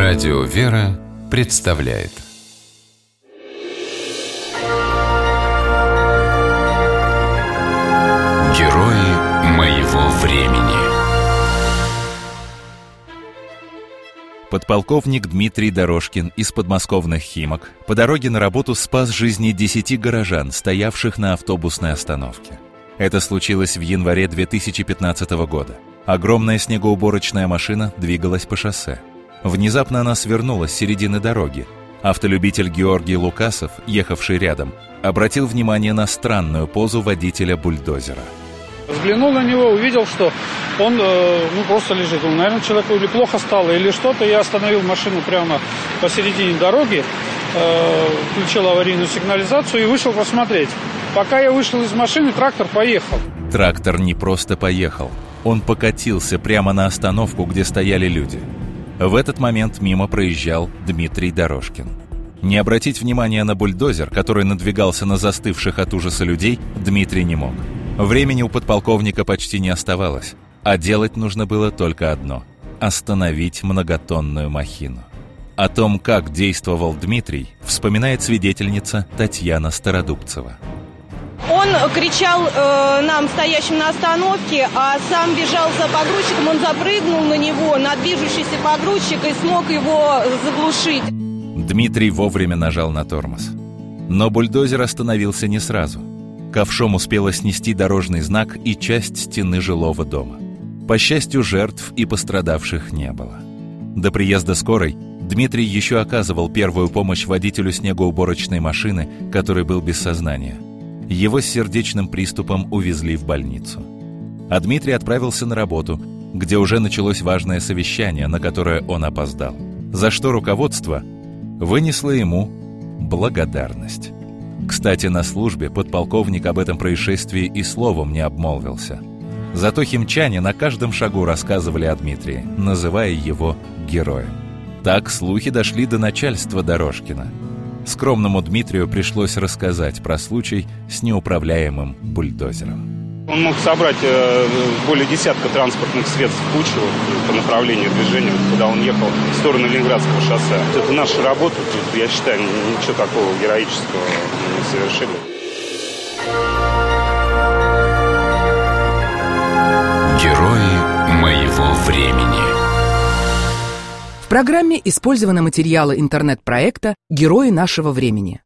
Радио «Вера» представляет Герои моего времени. Подполковник Дмитрий Дорожкин из подмосковных Химок по дороге на работу спас жизни 10 горожан, стоявших на автобусной остановке. Это случилось в январе 2015 года. Огромная снегоуборочная машина двигалась по шоссе. Внезапно она свернула с середины дороги. Автолюбитель Георгий Лукасов, ехавший рядом, обратил внимание на странную позу водителя бульдозера. Взглянул на него, увидел, что он просто лежит. Он, наверное, человеку или плохо стало, или что-то. Я остановил машину прямо посередине дороги, включил аварийную сигнализацию и вышел посмотреть. Пока я вышел из машины, трактор поехал. Трактор не просто поехал. Он покатился прямо на остановку, где стояли люди. В этот момент мимо проезжал Дмитрий Дорожкин. Не обратить внимания на бульдозер, который надвигался на застывших от ужаса людей, Дмитрий не мог. Времени у подполковника почти не оставалось, а делать нужно было только одно – остановить многотонную махину. О том, как действовал Дмитрий, вспоминает свидетельница Татьяна Стародубцева. Он кричал нам, стоящим на остановке, а сам бежал за погрузчиком, он запрыгнул на него, на движущийся погрузчик, и смог его заглушить. Дмитрий вовремя нажал на тормоз. Но бульдозер остановился не сразу. Ковшом успело снести дорожный знак и часть стены жилого дома. По счастью, жертв и пострадавших не было. До приезда скорой Дмитрий еще оказывал первую помощь водителю снегоуборочной машины, который был без сознания. Его с сердечным приступом увезли в больницу. А Дмитрий отправился на работу, где уже началось важное совещание, на которое он опоздал. За что руководство вынесло ему благодарность. Кстати, на службе подполковник об этом происшествии и словом не обмолвился. Зато химчане на каждом шагу рассказывали о Дмитрии, называя его героем. Так слухи дошли до начальства Дорожкина. Скромному Дмитрию пришлось рассказать про случай с неуправляемым бульдозером. Он мог собрать более десятка транспортных средств в кучу по направлению движения, куда он ехал, в сторону Ленинградского шоссе. Это наша работа, тут, я считаю, ничего такого героического не совершили. Герои моего времени. В программе использованы материалы интернет-проекта «Герои нашего времени».